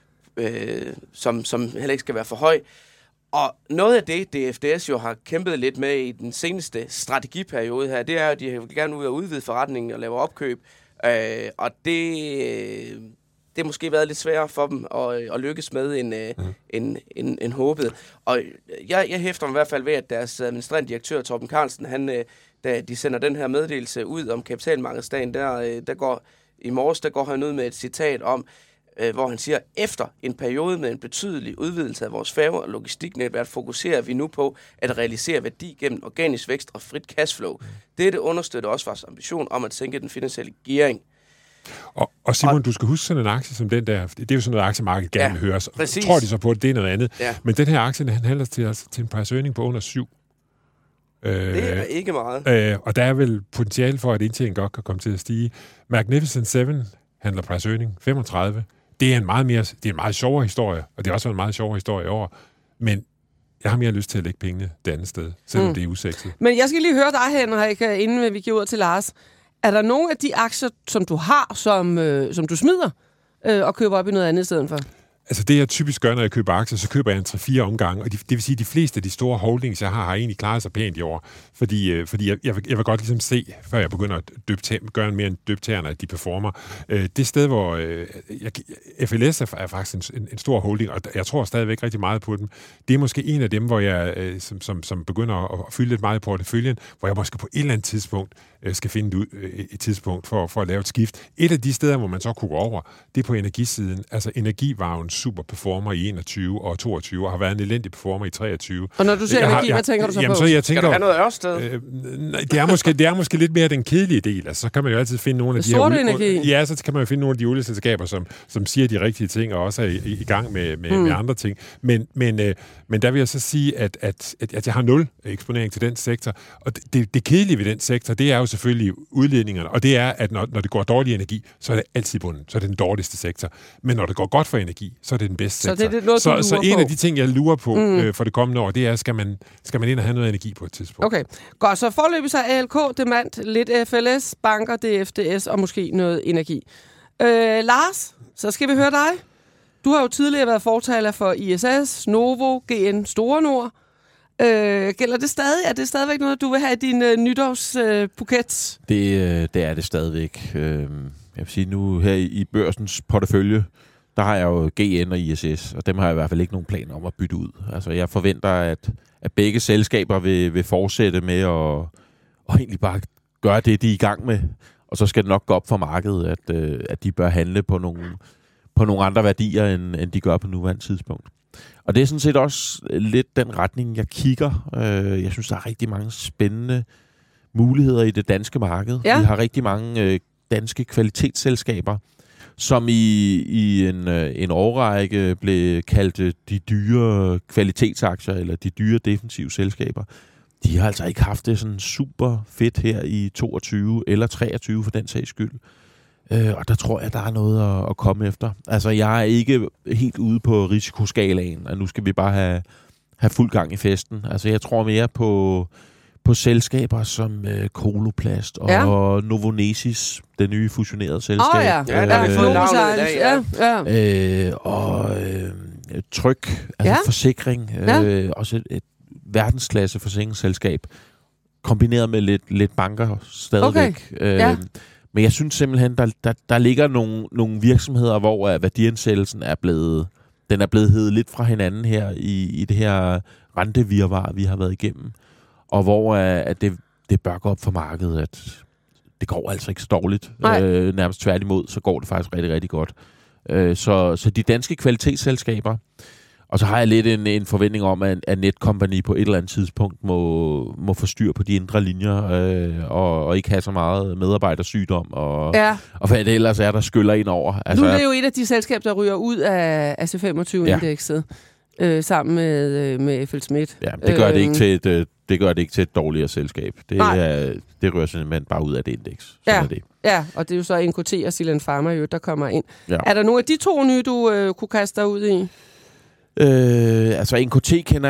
som heller ikke skal være for høj. Og noget af det, DFDS jo har kæmpet lidt med i den seneste strategiperiode her, det er, at de vil gerne ud og udvide forretningen og lave opkøb, og det har måske været lidt sværere for dem at lykkes med en håbet. Og jeg hæfter mig i hvert fald ved, at deres administrerende direktør, Torben Carlsen, da de sender den her meddelelse ud om kapitalmarkedsdagen, der går han ud med et citat om, hvor han siger, efter en periode med en betydelig udvidelse af vores færge- og logistiknetværk, fokuserer vi nu på at realisere værdi gennem organisk vækst og frit cashflow. Dette understøtter også vores ambition om at sænke den finansielle gearing. Og Simon, du skal huske sådan en aktie som den der, det er jo sådan noget aktiemarkedet gerne vil høre. Præcis. Tror de så på, at det er noget andet. Ja. Men den her aktie, den handler til en price-earning på under 7. Det er ikke meget. Og der er vel potentiale for, at indtjeningen godt kan komme til at stige. Magnificent 7 handler price-earning 35. Det er en meget sjovere historie, og det er også en meget sjovere historie i år. Men jeg har mere lyst til at lægge pengene det andet sted, selvom det er usekset. Men jeg skal lige høre dig, Henrik, inden vi giver ud til Lars. Er der nogle af de aktier, som du har, som du smider og køber op i noget andet i stedet for? Altså det, jeg typisk gør, når jeg køber aktier, så køber jeg en 3-4 omgange, og det vil sige, at de fleste af de store holdings, jeg har egentlig klaret sig pænt i år. Fordi jeg vil godt ligesom se, før jeg begynder at gøre mere end døbe tæerne, at de performer. Det sted, hvor FLS er faktisk en stor holding, og jeg tror stadigvæk rigtig meget på dem. Det er måske en af dem, hvor jeg som begynder at fylde lidt meget i porteføljen, hvor jeg måske på et eller andet tidspunkt skal finde et tidspunkt for at lave et skift. Et af de steder, hvor man så kunne gå over, det er på energisiden. Altså Energi var jo en super performer i 21 og 22, og har været en elendig performer i 23. Og når du siger energi, hvad tænker du så på? Så jeg tænker, skal du have noget Ørsted? Det er måske lidt mere den kedelige del. Altså, så kan man jo altid finde nogle af de her... Sorte energi? Ja, så kan man jo finde nogle af de olieselskaber, som siger de rigtige ting, og også er i gang med andre ting. Men der vil jeg så sige, at jeg har 0 eksponering til den sektor. Og det kedelige ved den sektor, det er jo selvfølgelig udledningerne, og det er, at når det går dårlig energi, så er det altid bunden. Så er det den dårligste sektor. Men når det går godt for energi, så er det den bedste sektor. Så det er noget, så en af de ting, jeg lurer på for det kommende år, det er, skal man ind og have noget energi på et tidspunkt. Okay, godt. Så forløbig så ALK, Demant, lidt FLS, banker, DFDS og måske noget energi. Lars, så skal vi høre dig. Du har jo tidligere været fortaler for ISS, Novo, GN, Store Nord. Gælder det stadig? Er det stadigvæk noget, du vil have i din nytårsbuket? Det er det stadigvæk. Jeg vil sige, nu her i børsens portefølje, der har jeg jo GN og ISS, og dem har jeg i hvert fald ikke nogen planer om at bytte ud. Altså, jeg forventer, at begge selskaber vil fortsætte med at egentlig bare gøre det, de er i gang med. Og så skal det nok gå op for markedet, at de bør handle på nogle andre værdier, end de gør på nuværende tidspunkt. Og det er sådan set også lidt den retning, jeg kigger. Jeg synes, der er rigtig mange spændende muligheder i det danske marked. Ja. Vi har rigtig mange danske kvalitetsselskaber, som i en årrække blev kaldt de dyre kvalitetsaktier, eller de dyre defensive selskaber. De har altså ikke haft det sådan super fedt her i 22 eller 23 for den sags skyld. Og der tror jeg, der er noget at komme efter. Altså, jeg er ikke helt ude på risikoskalaen, og nu skal vi bare have fuld gang i festen. Altså, jeg tror mere på selskaber som Coloplast og Novonesis, det nye fusionerede selskab. Der har vi fået navnet i dag, og Tryg, altså forsikring, også et verdensklasse forsikringsselskab, kombineret med lidt banker stadigvæk. Okay. Men jeg synes simpelthen, der ligger nogle virksomheder, hvor værdiansættelsen er blevet hevet lidt fra hinanden her i det her rentevirvar, vi har været igennem. Og hvor det bør gå op for markedet, at det går altså ikke så dårligt. Nærmest tværtimod, så går det faktisk rigtig, rigtig godt. Så de danske kvalitetsselskaber, og så har jeg lidt en forventning om, at Netcompany på et eller andet tidspunkt må få styr på de indre linjer, og ikke have så meget medarbejdersygdom, og hvad det ellers er, der skyller ind over. Altså, nu er det jo et af de selskaber, der ryger ud af AC25-indekset, sammen med FLSmidth. Ja, det gør det ikke til et dårligere selskab. Det rører simpelthen bare ud af det indeks. Ja, og det er jo så NKT og Zealand Pharma, der kommer ind. Ja. Er der nogle af de to nye, du kunne kaste dig ud i? Altså NKT kender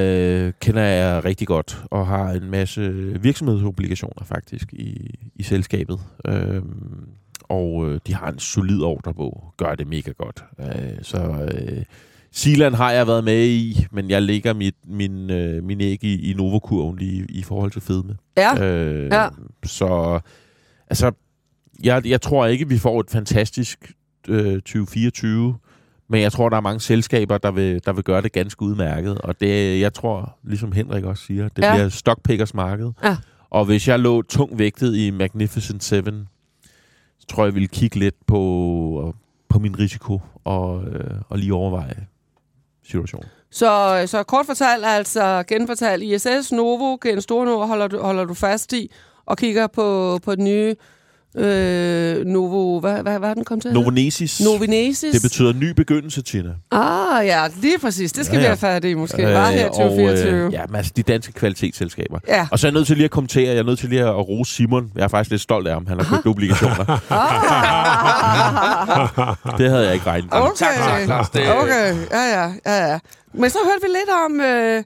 jeg rigtig godt, og har en masse virksomhedsobligationer faktisk i selskabet. Og de har en solid ordrebog, gør det mega godt. Zealand har jeg været med i, men jeg lægger min æg i Novo-kurven i forhold til fedme. Ja. Så altså, jeg tror ikke, vi får et fantastisk 2024, men jeg tror, der er mange selskaber, der vil gøre det ganske udmærket. Og det, jeg tror, ligesom Henrik også siger, det bliver stockpickers marked. Ja. Og hvis jeg lå tungt vægtet i Magnificent 7, så tror jeg ville kigge lidt på på min risiko og lige overveje situationen. Så kort fortalt, altså genfortalt, ISS, Novo, Gen Store Nord holder du fast i, og kigger på den nye Novo, hvad er den kom til? Novonesis. Det betyder ny begyndelse, Tina. Ja, lige præcis. Det skal vi have fat i, måske. Bare her 2024. Ja, men altså de danske kvalitetsselskaber. Ja. Og så er jeg nødt til lige at kommentere, jeg er nødt til lige at rose Simon. Jeg er faktisk lidt stolt af ham. Han har købt obligationer. Det havde jeg ikke regnet med. Okay, ja. Men så hørte vi lidt om...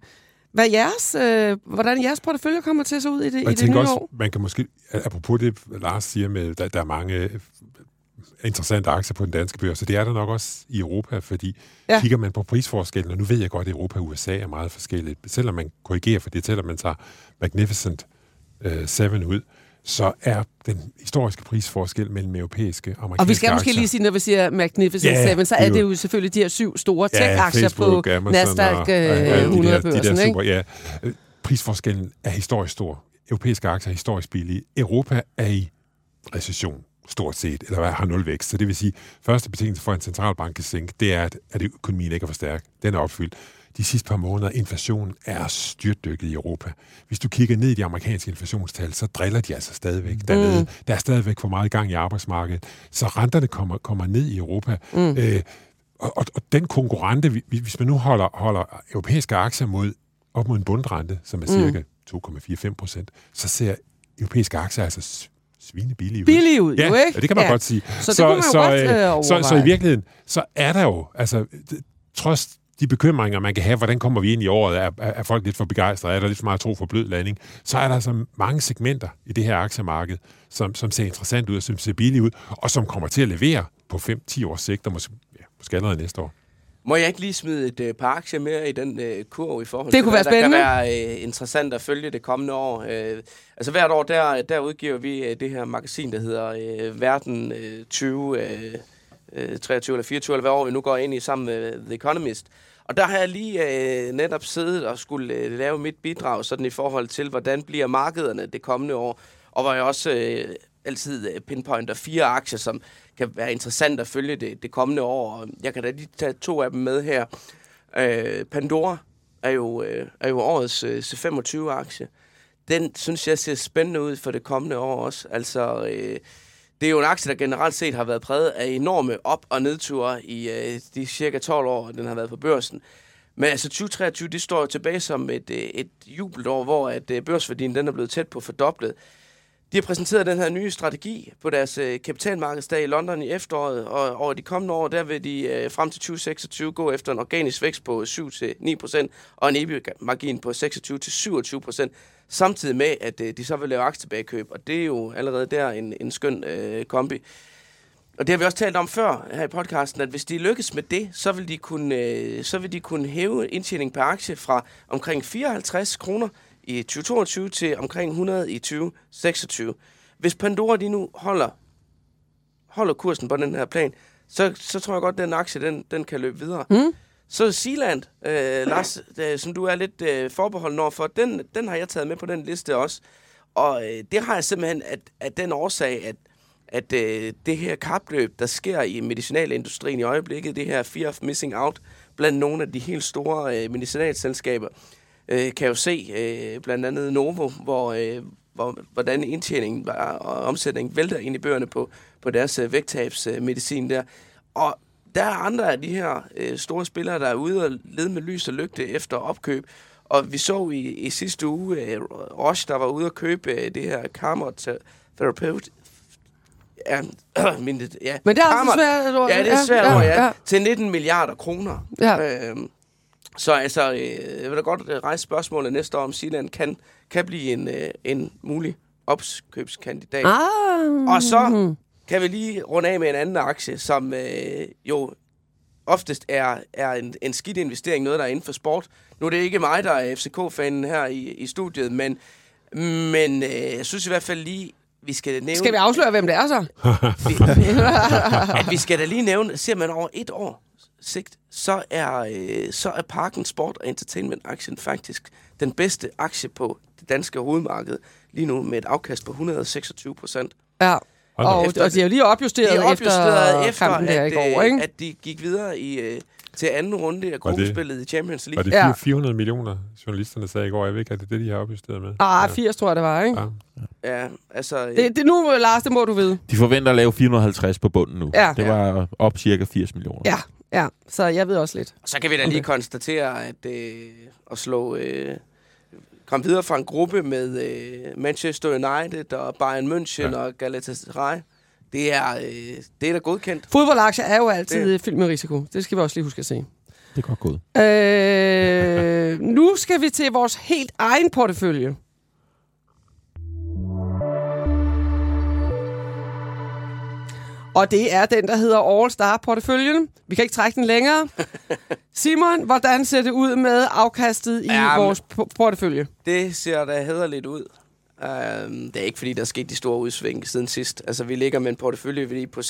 hvordan jeres portefølje kommer til at se ud i det nye år? Man kan måske, apropos det, Lars siger med, der er mange interessante aktier på den danske børs, så det er der nok også i Europa, fordi kigger man på prisforskellen, og nu ved jeg godt, at Europa og USA er meget forskellige, selvom man korrigerer for det, selvom man tager Magnificent 7 ud, så er den historiske prisforskel mellem europæiske og amerikanske aktier. Og vi skal måske lige sige, når vi siger Magnificent 7, så er det jo selvfølgelig de her 7 store tech-aktier på Nasdaq 100-børsen. Super, prisforskellen er historisk stor. Europæiske aktier er historisk billige. Europa er i recession, stort set, eller har nulvækst. Så det vil sige, første betingelse for en centralbank kan sænke, det er, at økonomien ikke er for stærk. Den er opfyldt. De sidste par måneder, inflationen er styrtdykket i Europa. Hvis du kigger ned i de amerikanske inflationstal, så driller de altså stadigvæk dernede. Der er stadigvæk for meget gang i arbejdsmarkedet. Så renterne kommer ned i Europa. Og den konkurrente, hvis man nu holder europæiske aktier op mod en bundrente, som er cirka 2,45%, så ser europæiske aktier altså svinebillige ud. Billige ud, ja, jo ikke? Ja, det kan man godt sige. Så det kunne man jo godt overveje. Så i virkeligheden, så er der jo, altså trods de bekymringer, man kan have, hvordan kommer vi ind i året, er folk lidt for begejstrede, er der lidt for meget tro for blød landing, så er der altså mange segmenter i det her aktiemarked, som ser interessant ud, og som ser billige ud, og som kommer til at levere på 5-10 års sigt, og måske allerede næste år. Må jeg ikke lige smide et par aktier mere i den kurv i forhold til, hvad der kan være interessant at følge det kommende år? Altså hvert år, der udgiver vi det her magasin, der hedder Verden 2023 eller 24, eller hvad år vi nu går ind i sammen med The Economist. Og der har jeg lige netop siddet og skulle lave mit bidrag sådan i forhold til, hvordan bliver markederne det kommende år, og hvor jeg også altid pinpointer 4 aktier, som kan være interessant at følge det kommende år. Og jeg kan da lige tage 2 af dem med her. Pandora er jo årets C25-aktie. Den synes jeg ser spændende ud for det kommende år også. Altså, det er jo en aktie, der generelt set har været præget af enorme op- og nedture i de cirka 12 år, den har været på børsen. Men altså 2023, det står jo tilbage som et jubelår, hvor at børsværdien den er blevet tæt på fordoblet. De har præsenteret den her nye strategi på deres kapitalmarkedsdag i London i efteråret, og over de kommende år, der vil de frem til 2026 gå efter en organisk vækst på 7-9% og en EBIT-margin på 26-27%, samtidig med, at de så vil lave aktietilbagekøb, og det er jo allerede der en skøn kombi. Og det har vi også talt om før her i podcasten, at hvis de lykkes med det, så vil de kunne hæve indtjening per aktie fra omkring 54 kroner i 2022 til omkring 100 i 2026. Hvis Pandora de nu holder kursen på den her plan, så tror jeg godt, at den aktie den kan løbe videre. Så Zealand, Lars, som du er lidt forbeholden overfor, den har jeg taget med på den liste også. Og det har jeg simpelthen at den årsag, at det her kapløb, der sker i medicinalindustrien i øjeblikket, det her fear of missing out, blandt nogle af de helt store medicinalselskaber, kan jo se blandt andet Novo, hvordan indtjeningen og omsætningen vælter ind i bøgerne på deres vægttabsmedicin der. Og der er andre af de her store spillere, der er ude og lede med lys og lygte efter opkøb. Og vi så i sidste uge Roche, der var ude at købe det her Carmot Therapeutics. Men det er altså svært ord. Ja, det er svært ord, ja. Til 19 milliarder kroner. Ja. Så altså, jeg vil da godt rejse spørgsmålet næste år, om Zealand kan blive en mulig opkøbskandidat. Og så kan vi lige runde af med en anden aktie, som jo oftest er en skidt investering, noget der er inden for sport. Nu er det ikke mig, der er FCK-fanen her i studiet, men jeg synes i hvert fald lige, vi skal nævne... Skal vi afsløre, hvem det er så? At vi skal da lige nævne, ser man over 1 år sigt, så er Parken Sport og Entertainment-aktien faktisk den bedste aktie på det danske hovedmarked lige nu med et afkast på 126%. Ja. Og de er jo lige opjusteret efter kampen der i går, ikke? At de gik videre til anden runde af gruppespillet i Champions League. Var det 400 millioner, journalisterne sagde i går? Jeg ved ikke, er det det, de har opjusteret med? 80 tror jeg, det var, ikke? Ja, altså... Det nu, Lars, det må du vide. De forventer at lave 450 på bunden nu. Ja. Det var op cirka 80 millioner. Ja, så jeg ved også lidt. Så kan vi da lige konstatere, at slå... kom videre fra en gruppe med Manchester United og Bayern München og Galatasaray. Det er da godkendt. Fodboldaktier er jo altid fyldt med risiko. Det skal vi også lige huske at se. Det er godt gået. Nu skal vi til vores helt egen portefølje. Og det er den, der hedder All-Star-porteføljen. Vi kan ikke trække den længere. Simon, hvordan ser det ud med afkastet i vores portefølje? Det ser da hæderligt ud. Det er ikke, fordi der er sket de store udsving siden sidst. Altså, vi ligger med en portefølje på 687.493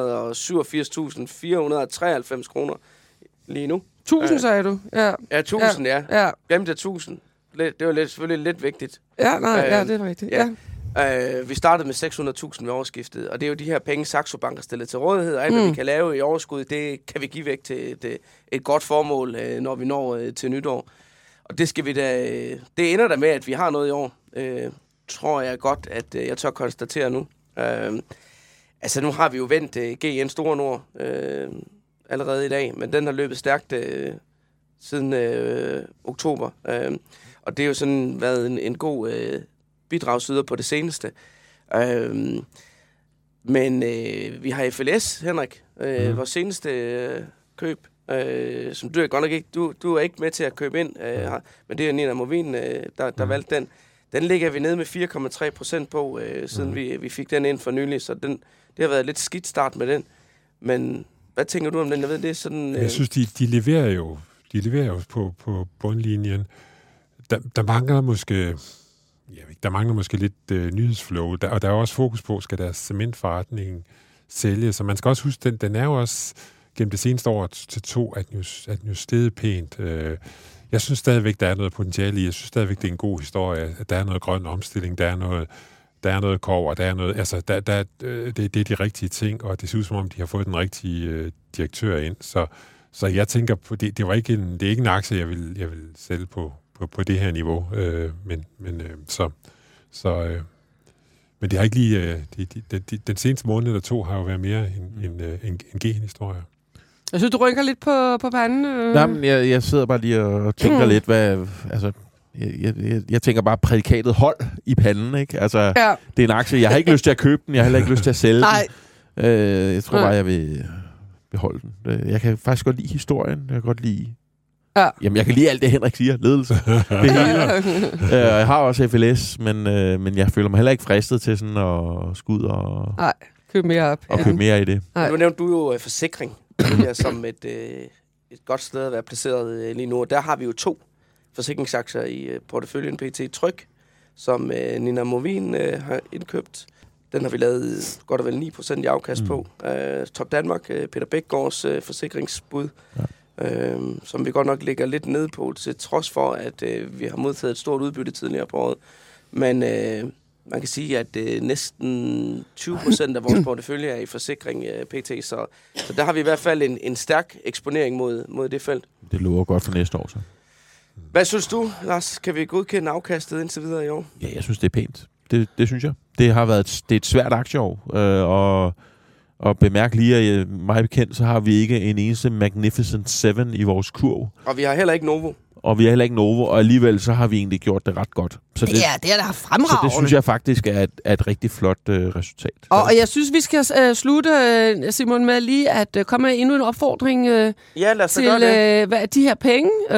kroner lige nu. 1000, sagde du? Ja, 1000, ja. Glemte 1000. Det var selvfølgelig lidt vigtigt. Ja, det er rigtigt. Ja. Vi startede med 600.000 ved årsskiftet, og det er jo de her penge, Saxo Bank har stillet til rådighed, og alt, hvad vi kan lave i overskud, det kan vi give væk til et godt formål, når vi når til nytår. Og det skal vi da... Det ender der med, at vi har noget i år. Tror jeg godt, at jeg tør konstatere nu. Altså, nu har vi jo vendt GN Store Nord allerede i dag, men den har løbet stærkt siden oktober. Og det er jo sådan været en god bidragsyder på det seneste. Men vi har FLS, Henrik, vores seneste køb, som du er godt nok ikke, du er ikke med til at købe ind, men det er Nina Movin, der valgte den. Den ligger vi nede med 4,3% på, siden vi fik den ind for nylig, så det har været lidt skidt start med den. Men hvad tænker du om den? Jeg ved, det er sådan... Jeg synes, de leverer jo på bundlinjen. Der mangler måske... Der mangler måske lidt nyhedsflow, og der er også fokus på, skal deres cementforretning sælge. Så man skal også huske, den er jo også gennem det seneste år til 2, at den jo steget pænt. Jeg synes stadigvæk, der er noget potentiale i. Jeg synes stadigvæk, det er en god historie. At der er noget grøn omstilling, der er noget kobber, der er noget... Altså, det er de rigtige ting, og det ser ud som om, de har fået den rigtige direktør ind. Så jeg tænker på, det er ikke en aktie, jeg vil sælge på det her niveau, men det har ikke lige... den seneste måned eller 2 har jo været mere en gen-historie. Jeg synes, du rynker lidt på panden. Jamen, jeg sidder bare lige og tænker lidt, hvad... Altså, jeg tænker bare prædikatet hold i panden, ikke? Altså, det er en aktie. Jeg har ikke lyst til at købe den, jeg har heller ikke lyst til at sælge den. Jeg tror bare, jeg vil beholde den. Jeg kan faktisk godt lide historien. Jeg kan godt lide... Ja. Jamen, jeg kan lide alt det, Henrik siger. Ledelse. Det hele. Jeg har også FLS, men jeg føler mig heller ikke fristet til sådan at skulle ud og... Nej, købe mere op. Og købe mere i det. Nu nævnte du jo forsikring som et godt sted at være placeret lige nu. Og der har vi jo 2 forsikringsaktier i porteføljen PT Tryg, som Nina Movin har indkøbt. Den har vi lavet godt og vel 9% i afkast på. Top Danmark, Peter Bækgaards forsikringsbud. Ja. Som vi godt nok ligger lidt nede på, til trods for, at vi har modtaget et stort udbytte tidligere på året. Men man kan sige, at næsten 20% af vores portefølje er i forsikring PT, så der har vi i hvert fald en stærk eksponering mod det felt. Det lover godt for næste år, så. Hvad synes du, Lars? Kan vi godkende afkastet indtil videre i år? Ja, jeg synes, det er pænt. Det synes jeg. Det er et svært aktieår, og bemærk lige, at mig bekendt, så har vi ikke en eneste Magnificent 7 i vores kurv. Og vi har heller ikke Novo. Og alligevel så har vi egentlig gjort det ret godt. Så det er da fremragende. Så det synes jeg faktisk er et rigtig flot resultat. Og jeg synes, vi skal slutte, Simon, med lige at komme med endnu en opfordring til de her penge. 87.000,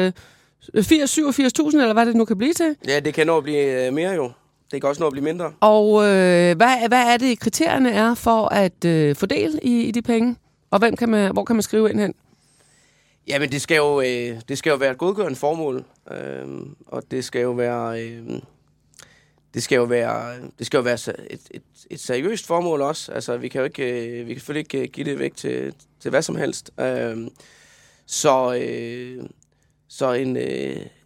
eller hvad det nu kan blive til. Ja, det kan nå at blive mere jo. Det kan også nå at blive mindre. Og hvad er det, kriterierne er for at fordele i de penge? Og hvor kan man skrive ind hen? Jamen, det skal jo være et godgørende formål, og det skal jo være et seriøst formål også. Altså, vi kan selvfølgelig ikke give det væk til hvad som helst. Så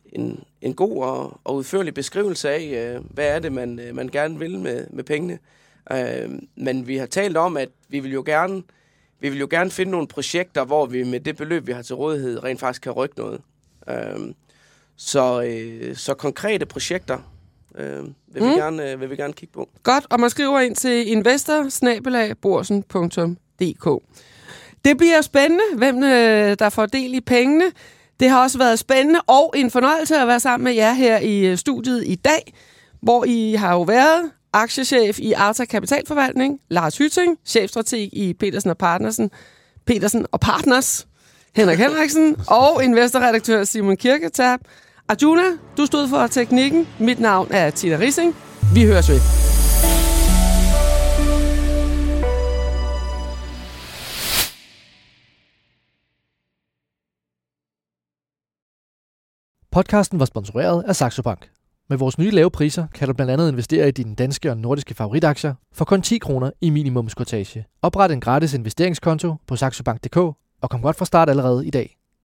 en god og udførlig beskrivelse af, hvad er det, man gerne vil med pengene. Men vi har talt om, at vi vil jo gerne finde nogle projekter, hvor vi med det beløb, vi har til rådighed, rent faktisk kan rykke noget. Så konkrete projekter vil vi gerne kigge på. Godt, og man skriver ind til investor@borsen.dk. Det bliver spændende, hvem der får del i pengene. Det har også været spændende og en fornøjelse at være sammen med jer her i studiet i dag, hvor I har jo været aktiechef i Arta Kapitalforvaltning, Lars Hytting, chefstrateg i Petersen og Partners, Henrik Henriksen, og investorredaktør Simon Kirketab. Arjuna, du stod for teknikken. Mit navn er Tina Rising. Vi høres ved. Podcasten var sponsoreret af Saxo Bank. Med vores nye lave priser kan du blandt andet investere i dine danske og nordiske favoritaktier for kun 10 kroner i minimumskortage. Opret en gratis investeringskonto på saxobank.dk og kom godt fra start allerede i dag.